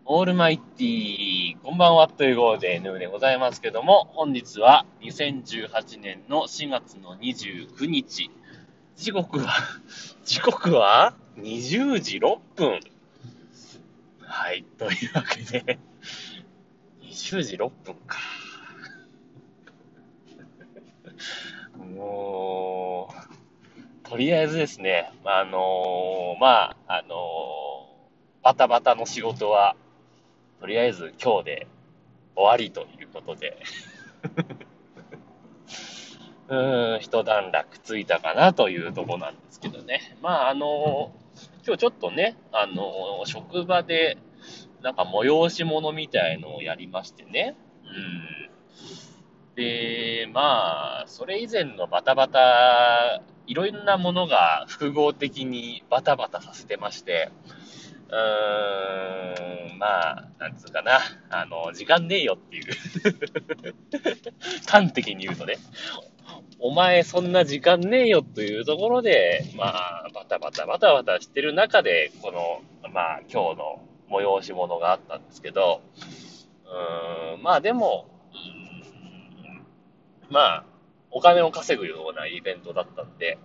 オールマイティー、こんばんはということで N でございますけども、本日は2018年の4月の29日。時刻は、時刻は20時6分。はい、というわけで、20時6分か。もう、とりあえずですね、バタバタの仕事は、とりあえず今日で終わりということで、一段落ついたかなというところなんですけどね。今日ちょっとね、職場で、なんか催し物みたいのをやりましてね。で、それ以前のバタバタ、いろんなものが複合的にバタバタさせてまして、なんつうかな、時間ねえよっていう端的に言うとね、お前そんな時間ねえよというところで、バタバタしてる中で、今日の催し物があったんですけど、でも、まあ、お金を稼ぐようなイベントだったんで、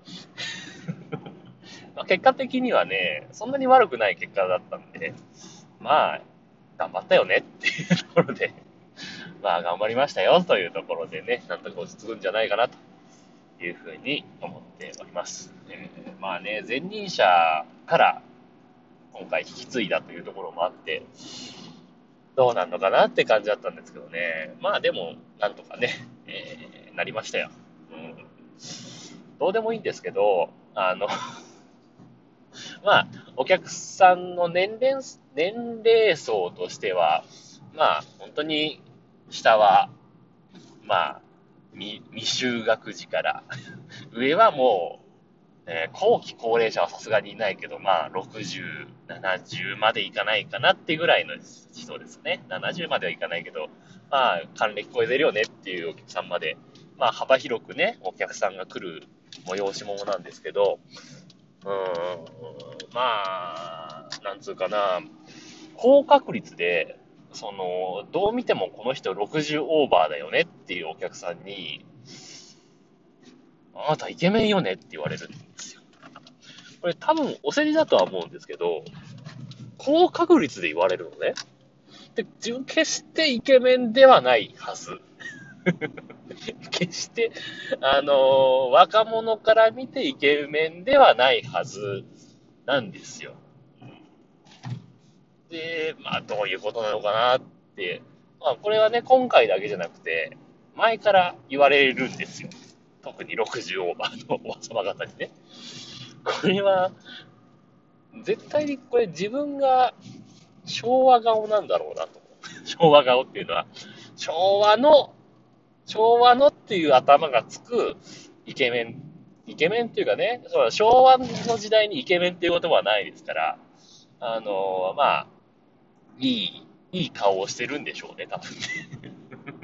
結果的にはね、そんなに悪くない結果だったんで、まあ、頑張ったよねっていうところで、頑張りましたよというところでね、なんとか落ち着くんじゃないかなというふうに思っております。前任者から今回引き継いだというところもあって、どうなんのかなって感じだったんですけどね。でも、なんとかね、なりましたよ。うん。どうでもいいんですけど、お客さんの年齢層としては、本当に下は、まあ、未就学児から上はもう、後期高齢者はさすがにいないけど、60、70までいかないかなっていうぐらいの人ですね。70まではいかないけど、還暦超えてるよねっていうお客さんまで、幅広くね、お客さんが来る催し物なんですけど、なんつうかな、高確率で、どう見てもこの人60オーバーだよねっていうお客さんに、あなたイケメンよねって言われるんですよ。これ多分お世辞だとは思うんですけど、高確率で言われるのね。で、自分決してイケメンではないはず。決して、若者から見てイケメンではないはずなんですよ。で、どういうことなのかなって、これはね、今回だけじゃなくて、前から言われるんですよ。特に60オーバーのおばさま方にね。これは、絶対にこれ自分が昭和顔なんだろうなと。昭和顔っていうのは、昭和の、昭和のっていう頭がつくイケメン。イケメンっていうかね、昭和の時代にイケメンっていう言葉はないですから、あのーまあ、いい顔をしてるんでしょうね、多分ね。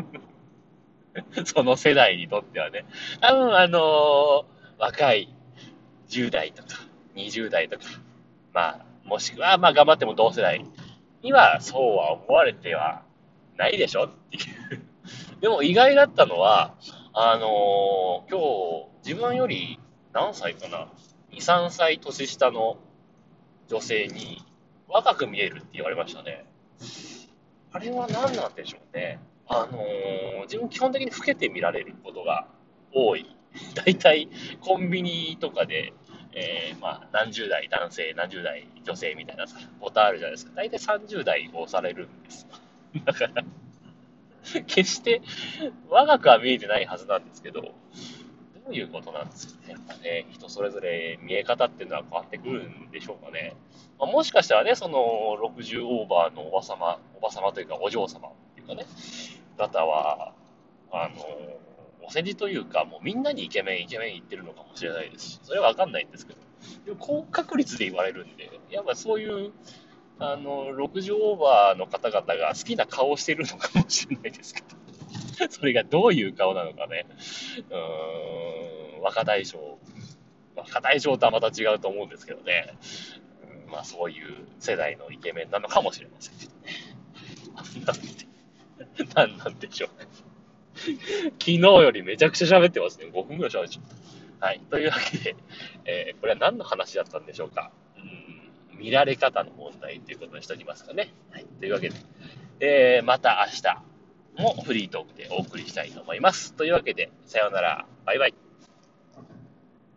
その世代にとってはね。多分若い10代とか20代とか、もしくは、頑張っても同世代にはそうは思われてはないでしょっていう。でも意外だったのは、今日、自分より何歳かな？ 2、3歳年下の女性に若く見えるって言われましたね。あれは何なんでしょうね。自分基本的に老けて見られることが多い。だいたいコンビニとかで、何十代男性、何十代女性みたいなさ、ボタンあるじゃないですか。だいたい30代をされるんです。だから、決して若くは見えてないはずなんですけど、どういうことなんですかね。やっぱね、人それぞれ見え方っていうのは変わってくるんでしょうかね。もしかしたらね、その60オーバーのおばさまというかお嬢様っていうかね、方は、あの、お世辞というか、もうみんなにイケメン、イケメン言ってるのかもしれないですし、それはわかんないんですけど、でも高確率で言われるんで、やっぱそういう、60オーバーの方々が好きな顔をしてるのかもしれないですけど、それがどういう顔なのかね、若大将、若大将とはまた違うと思うんですけどね、そういう世代のイケメンなのかもしれません。 何なんでしょうね。昨日よりめちゃくちゃ喋ってますね。5分ぐらい喋っちゃった。はい。というわけで、これは何の話だったんでしょうか。見られ方の問題ということにしておきますかね。はい。というわけで、また明日もフリートークでお送りしたいと思います。というわけで、さようなら。バイバイ。